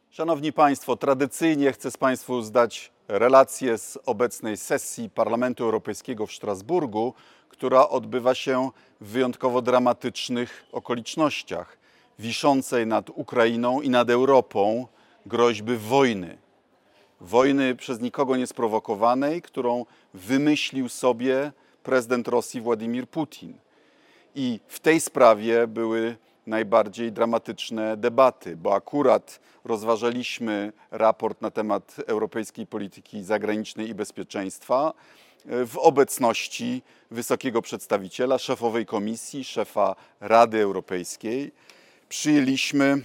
Szanowni Państwo, tradycyjnie chcę z Państwu zdać relację z obecnej sesji Parlamentu Europejskiego w Strasburgu, która odbywa się w wyjątkowo dramatycznych okolicznościach, wiszącej nad Ukrainą i nad Europą groźby wojny. Wojny przez nikogo niesprowokowanej, którą wymyślił sobie prezydent Rosji Władimir Putin. I w tej sprawie były najbardziej dramatyczne debaty, bo akurat rozważaliśmy raport na temat europejskiej polityki zagranicznej i bezpieczeństwa w obecności wysokiego przedstawiciela, szefowej komisji, szefa Rady Europejskiej. Przyjęliśmy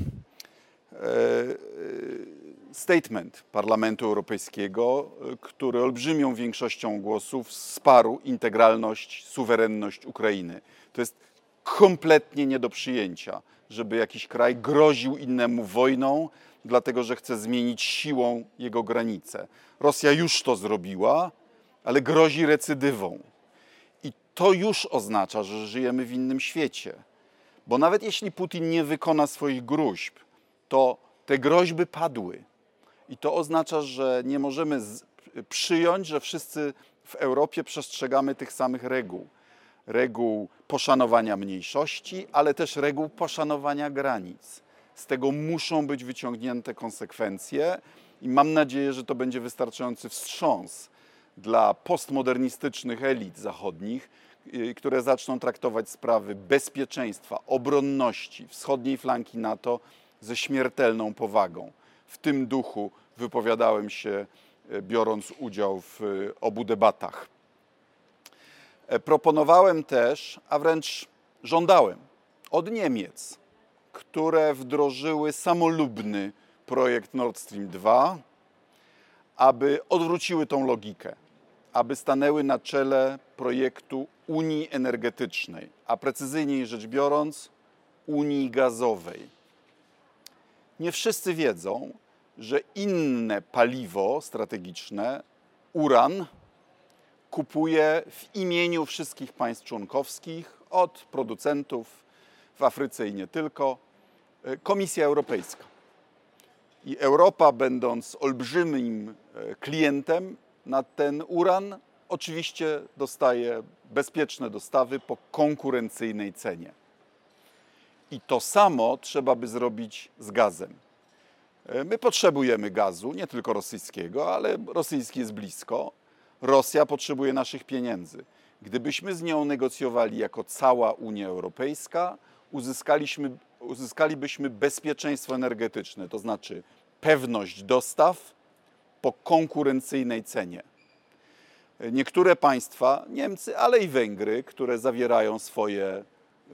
statement Parlamentu Europejskiego, który olbrzymią większością głosów wsparł integralność, suwerenność Ukrainy. To jest kompletnie nie do przyjęcia, żeby jakiś kraj groził innemu wojną, dlatego że chce zmienić siłą jego granice. Rosja już to zrobiła, ale grozi recydywą. I to już oznacza, że żyjemy w innym świecie. Bo nawet jeśli Putin nie wykona swoich gruźb, to te groźby padły. I to oznacza, że nie możemy przyjąć, że wszyscy w Europie przestrzegamy tych samych reguł. Reguł poszanowania mniejszości, ale też reguł poszanowania granic. Z tego muszą być wyciągnięte konsekwencje i mam nadzieję, że to będzie wystarczający wstrząs dla postmodernistycznych elit zachodnich, które zaczną traktować sprawy bezpieczeństwa, obronności wschodniej flanki NATO ze śmiertelną powagą. W tym duchu wypowiadałem się, biorąc udział w obu debatach. Proponowałem też, a wręcz żądałem od Niemiec, które wdrożyły samolubny projekt Nord Stream 2, aby odwróciły tą logikę, aby stanęły na czele projektu Unii Energetycznej, a precyzyjniej rzecz biorąc Unii Gazowej. Nie wszyscy wiedzą, że inne paliwo strategiczne, uran, kupuje w imieniu wszystkich państw członkowskich, od producentów w Afryce i nie tylko, Komisja Europejska. I Europa, będąc olbrzymim klientem na ten uran, oczywiście dostaje bezpieczne dostawy po konkurencyjnej cenie. I to samo trzeba by zrobić z gazem. My potrzebujemy gazu, nie tylko rosyjskiego, ale rosyjski jest blisko. Rosja potrzebuje naszych pieniędzy. Gdybyśmy z nią negocjowali jako cała Unia Europejska, uzyskalibyśmy bezpieczeństwo energetyczne, to znaczy pewność dostaw po konkurencyjnej cenie. Niektóre państwa, Niemcy, ale i Węgry, które zawierają swoje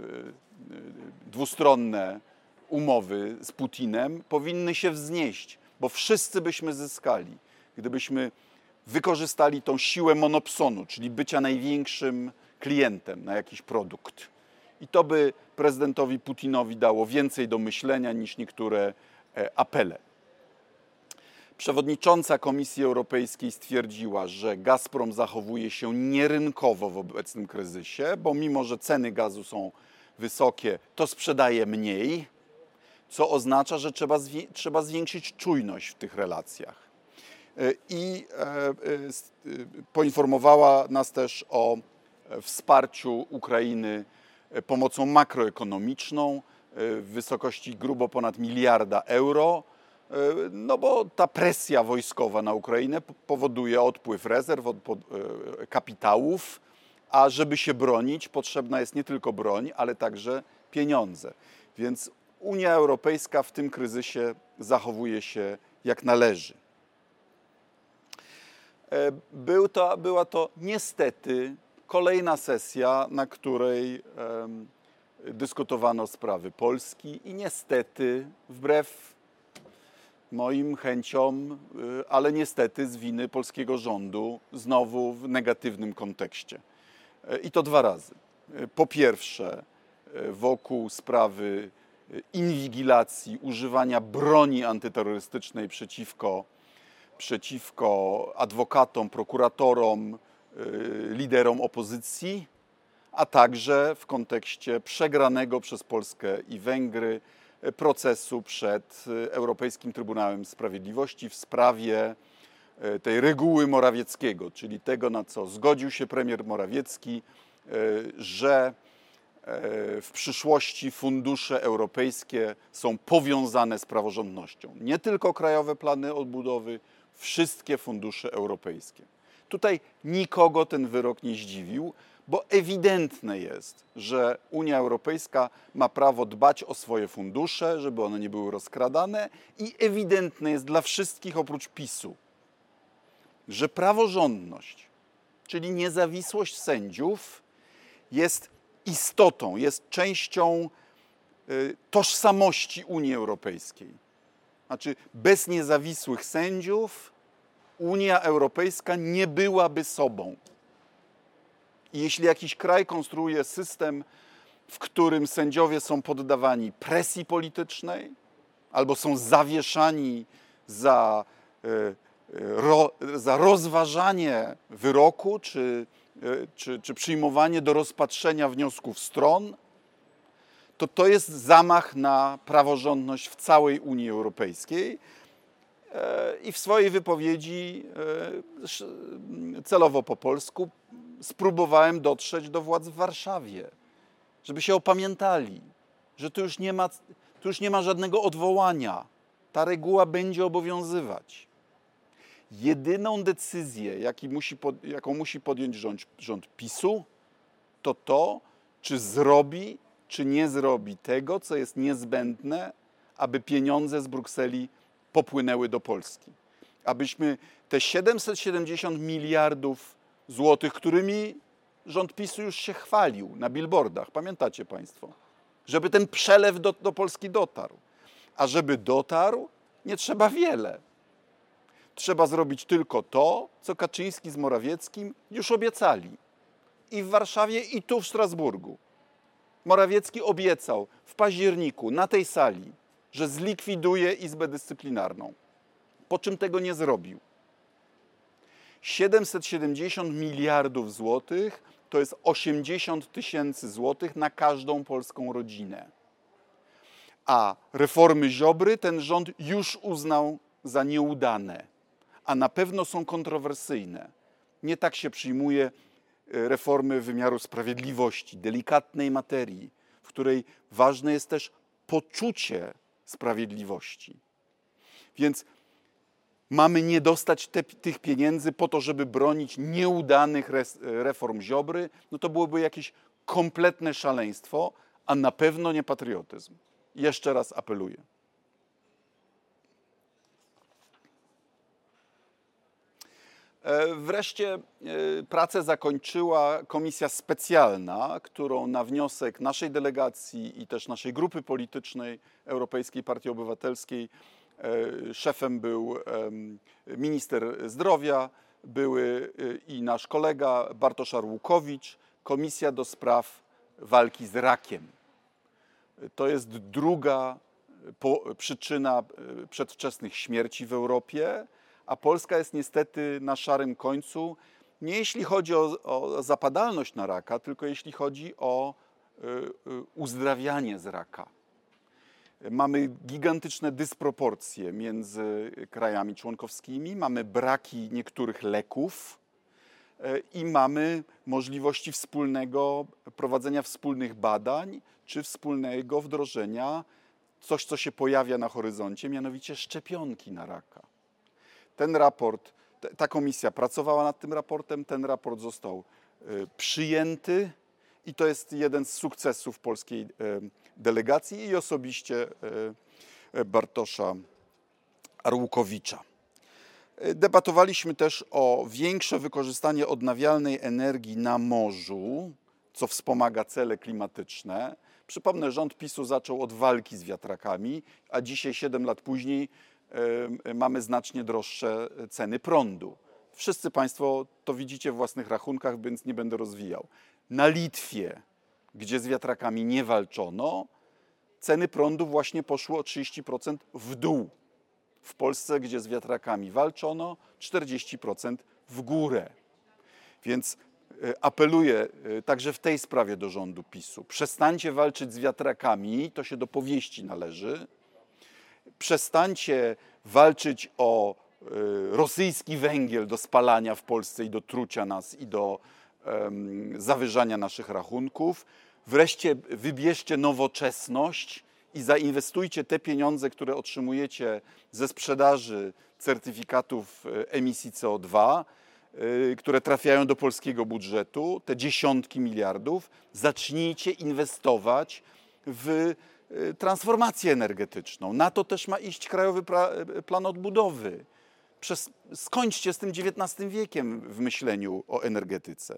dwustronne umowy z Putinem, powinny się wznieść, bo wszyscy byśmy zyskali, gdybyśmy wykorzystali tą siłę monopsonu, czyli bycia największym klientem na jakiś produkt. I to by prezydentowi Putinowi dało więcej do myślenia niż niektóre apele. Przewodnicząca Komisji Europejskiej stwierdziła, że Gazprom zachowuje się nierynkowo w obecnym kryzysie, bo mimo że ceny gazu są wysokie, to sprzedaje mniej, co oznacza, że trzeba zwiększyć czujność w tych relacjach. I poinformowała nas też o wsparciu Ukrainy pomocą makroekonomiczną w wysokości grubo ponad 1 miliarda euro, no bo ta presja wojskowa na Ukrainę powoduje odpływ rezerw, kapitałów, a żeby się bronić, potrzebna jest nie tylko broń, ale także pieniądze. Więc Unia Europejska w tym kryzysie zachowuje się jak należy. Była to niestety kolejna sesja, na której dyskutowano sprawy Polski i niestety, wbrew moim chęciom, ale niestety z winy polskiego rządu, znowu w negatywnym kontekście. I to 2 razy. Po pierwsze, wokół sprawy inwigilacji, używania broni antyterrorystycznej przeciwko adwokatom, prokuratorom, liderom opozycji, a także w kontekście przegranego przez Polskę i Węgry procesu przed Europejskim Trybunałem Sprawiedliwości w sprawie tej reguły Morawieckiego, czyli tego, na co zgodził się premier Morawiecki, że w przyszłości fundusze europejskie są powiązane z praworządnością. Nie tylko krajowe plany odbudowy, wszystkie fundusze europejskie. Tutaj nikogo ten wyrok nie zdziwił, bo ewidentne jest, że Unia Europejska ma prawo dbać o swoje fundusze, żeby one nie były rozkradane, i ewidentne jest dla wszystkich oprócz PiS-u, że praworządność, czyli niezawisłość sędziów, jest istotą, jest częścią tożsamości Unii Europejskiej. Znaczy, bez niezawisłych sędziów Unia Europejska nie byłaby sobą. I jeśli jakiś kraj konstruuje system, w którym sędziowie są poddawani presji politycznej albo są zawieszani za rozważanie wyroku czy przyjmowanie do rozpatrzenia wniosków stron, to jest zamach na praworządność w całej Unii Europejskiej. I w swojej wypowiedzi celowo po polsku spróbowałem dotrzeć do władz w Warszawie, żeby się opamiętali, że tu już nie ma żadnego odwołania. Ta reguła będzie obowiązywać. Jedyną decyzję, jaką musi podjąć rząd PiS-u, to, czy zrobi, czy nie zrobi tego, co jest niezbędne, aby pieniądze z Brukseli popłynęły do Polski. Abyśmy te 770 miliardów złotych, którymi rząd PiS-u już się chwalił na billboardach, pamiętacie Państwo, żeby ten przelew do Polski dotarł. A żeby dotarł, nie trzeba wiele. Trzeba zrobić tylko to, co Kaczyński z Morawieckim już obiecali. I w Warszawie, i tu w Strasburgu. Morawiecki obiecał w październiku na tej sali, że zlikwiduje Izbę Dyscyplinarną, po czym tego nie zrobił. 770 miliardów złotych to jest 80 tysięcy złotych na każdą polską rodzinę. A reformy Ziobry ten rząd już uznał za nieudane, a na pewno są kontrowersyjne. Nie tak się przyjmuje reformy wymiaru sprawiedliwości, delikatnej materii, w której ważne jest też poczucie sprawiedliwości. Więc mamy nie dostać tych pieniędzy po to, żeby bronić nieudanych reform Ziobry, no to byłoby jakieś kompletne szaleństwo, a na pewno nie patriotyzm. Jeszcze raz apeluję. Wreszcie pracę zakończyła komisja specjalna, którą na wniosek naszej delegacji i też naszej grupy politycznej Europejskiej Partii Obywatelskiej szefem był minister zdrowia, były i nasz kolega Bartosz Arłukowicz, Komisja do spraw walki z rakiem. To jest druga przyczyna przedwczesnych śmierci w Europie, a Polska jest niestety na szarym końcu, nie jeśli chodzi o zapadalność na raka, tylko jeśli chodzi o uzdrawianie z raka. Mamy gigantyczne dysproporcje między krajami członkowskimi, mamy braki niektórych leków i mamy możliwości prowadzenia wspólnych badań czy wspólnego wdrożenia coś, co się pojawia na horyzoncie, mianowicie szczepionki na raka. Ten raport, ta komisja pracowała nad tym raportem, ten raport został przyjęty i to jest jeden z sukcesów polskiej delegacji i osobiście Bartosza Arłukowicza. Debatowaliśmy też o większe wykorzystanie odnawialnej energii na morzu, co wspomaga cele klimatyczne. Przypomnę, rząd PiS-u zaczął od walki z wiatrakami, a dzisiaj 7 lat później mamy znacznie droższe ceny prądu. Wszyscy Państwo to widzicie w własnych rachunkach, więc nie będę rozwijał. Na Litwie, gdzie z wiatrakami nie walczono, ceny prądu właśnie poszły o 30% w dół. W Polsce, gdzie z wiatrakami walczono, 40% w górę. Więc apeluję także w tej sprawie do rządu PiS-u. Przestańcie walczyć z wiatrakami, to się do powieści należy. Przestańcie walczyć o rosyjski węgiel do spalania w Polsce i do trucia nas i do zawyżania naszych rachunków. Wreszcie wybierzcie nowoczesność i zainwestujcie te pieniądze, które otrzymujecie ze sprzedaży certyfikatów emisji CO2, które trafiają do polskiego budżetu, te dziesiątki miliardów. Zacznijcie inwestować w transformację energetyczną. Na to też ma iść Krajowy Plan Odbudowy. Skończcie z tym XIX wiekiem w myśleniu o energetyce.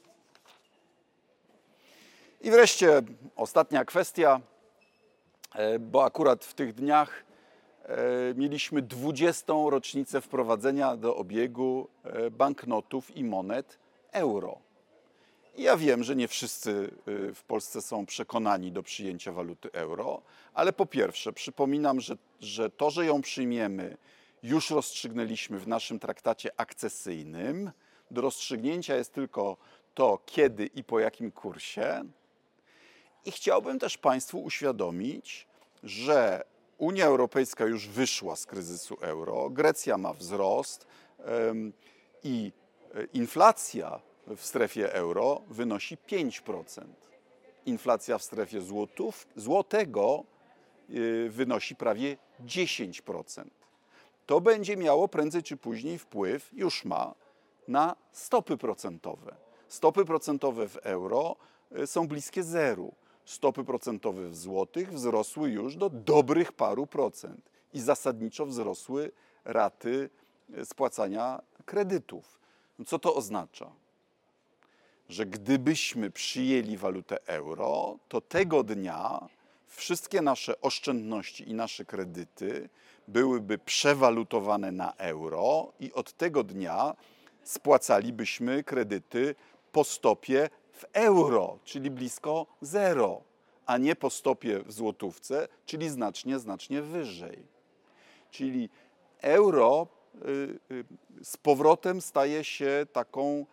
I wreszcie ostatnia kwestia, bo akurat w tych dniach mieliśmy 20. rocznicę wprowadzenia do obiegu banknotów i monet euro. I ja wiem, że nie wszyscy w Polsce są przekonani do przyjęcia waluty euro, ale po pierwsze przypominam, że to, że ją przyjmiemy, już rozstrzygnęliśmy w naszym traktacie akcesyjnym. Do rozstrzygnięcia jest tylko to, kiedy i po jakim kursie. I chciałbym też Państwu uświadomić, że Unia Europejska już wyszła z kryzysu euro, Grecja ma wzrost i inflacja w strefie euro wynosi 5%. Inflacja w strefie złotego wynosi prawie 10%. To będzie miało prędzej czy później wpływ, już ma, na stopy procentowe. Stopy procentowe w euro są bliskie zeru. Stopy procentowe w złotych wzrosły już do dobrych paru procent i zasadniczo wzrosły raty spłacania kredytów. Co to oznacza? Że gdybyśmy przyjęli walutę euro, to tego dnia wszystkie nasze oszczędności i nasze kredyty byłyby przewalutowane na euro i od tego dnia spłacalibyśmy kredyty po stopie w euro, czyli blisko zero, a nie po stopie w złotówce, czyli znacznie, znacznie wyżej. Czyli euro z powrotem staje się taką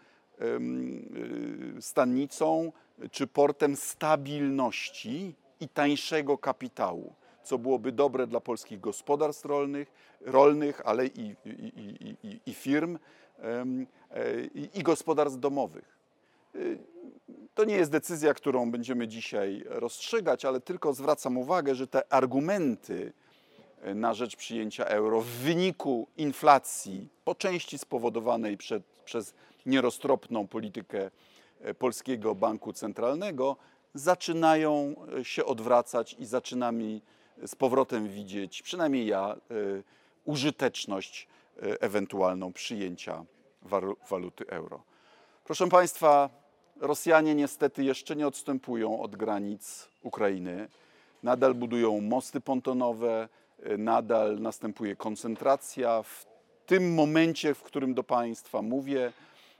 stanicą czy portem stabilności i tańszego kapitału, co byłoby dobre dla polskich gospodarstw rolnych, ale i firm, i gospodarstw domowych. To nie jest decyzja, którą będziemy dzisiaj rozstrzygać, ale tylko zwracam uwagę, że te argumenty na rzecz przyjęcia euro w wyniku inflacji, po części spowodowanej przez nieroztropną politykę Polskiego Banku Centralnego, zaczynają się odwracać i zaczynamy z powrotem widzieć, przynajmniej ja, użyteczność ewentualną przyjęcia waluty euro. Proszę Państwa, Rosjanie niestety jeszcze nie odstępują od granic Ukrainy. Nadal budują mosty pontonowe, nadal następuje koncentracja. W tym momencie, w którym do Państwa mówię,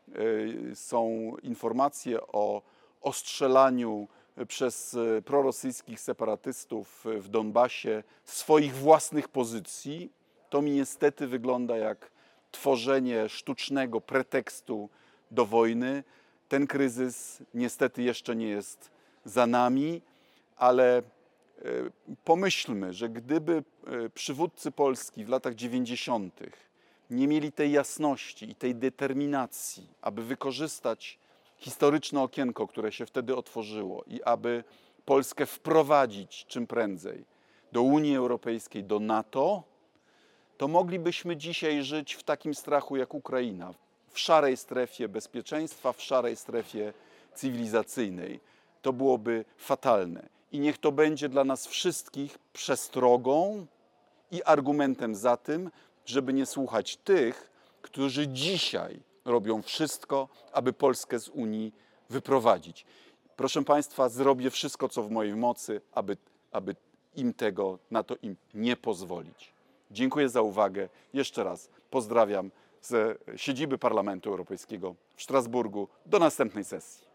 są informacje o ostrzelaniu przez prorosyjskich separatystów w Donbasie swoich własnych pozycji. To mi niestety wygląda jak tworzenie sztucznego pretekstu do wojny. Ten kryzys niestety jeszcze nie jest za nami, ale pomyślmy, że gdyby przywódcy Polski w latach 90. nie mieli tej jasności i tej determinacji, aby wykorzystać historyczne okienko, które się wtedy otworzyło i aby Polskę wprowadzić czym prędzej do Unii Europejskiej, do NATO, to moglibyśmy dzisiaj żyć w takim strachu jak Ukraina, w szarej strefie bezpieczeństwa, w szarej strefie cywilizacyjnej. To byłoby fatalne. I niech to będzie dla nas wszystkich przestrogą i argumentem za tym, żeby nie słuchać tych, którzy dzisiaj robią wszystko, aby Polskę z Unii wyprowadzić. Proszę Państwa, zrobię wszystko, co w mojej mocy, aby na to im nie pozwolić. Dziękuję za uwagę. Jeszcze raz pozdrawiam z siedziby Parlamentu Europejskiego w Strasburgu. Do następnej sesji.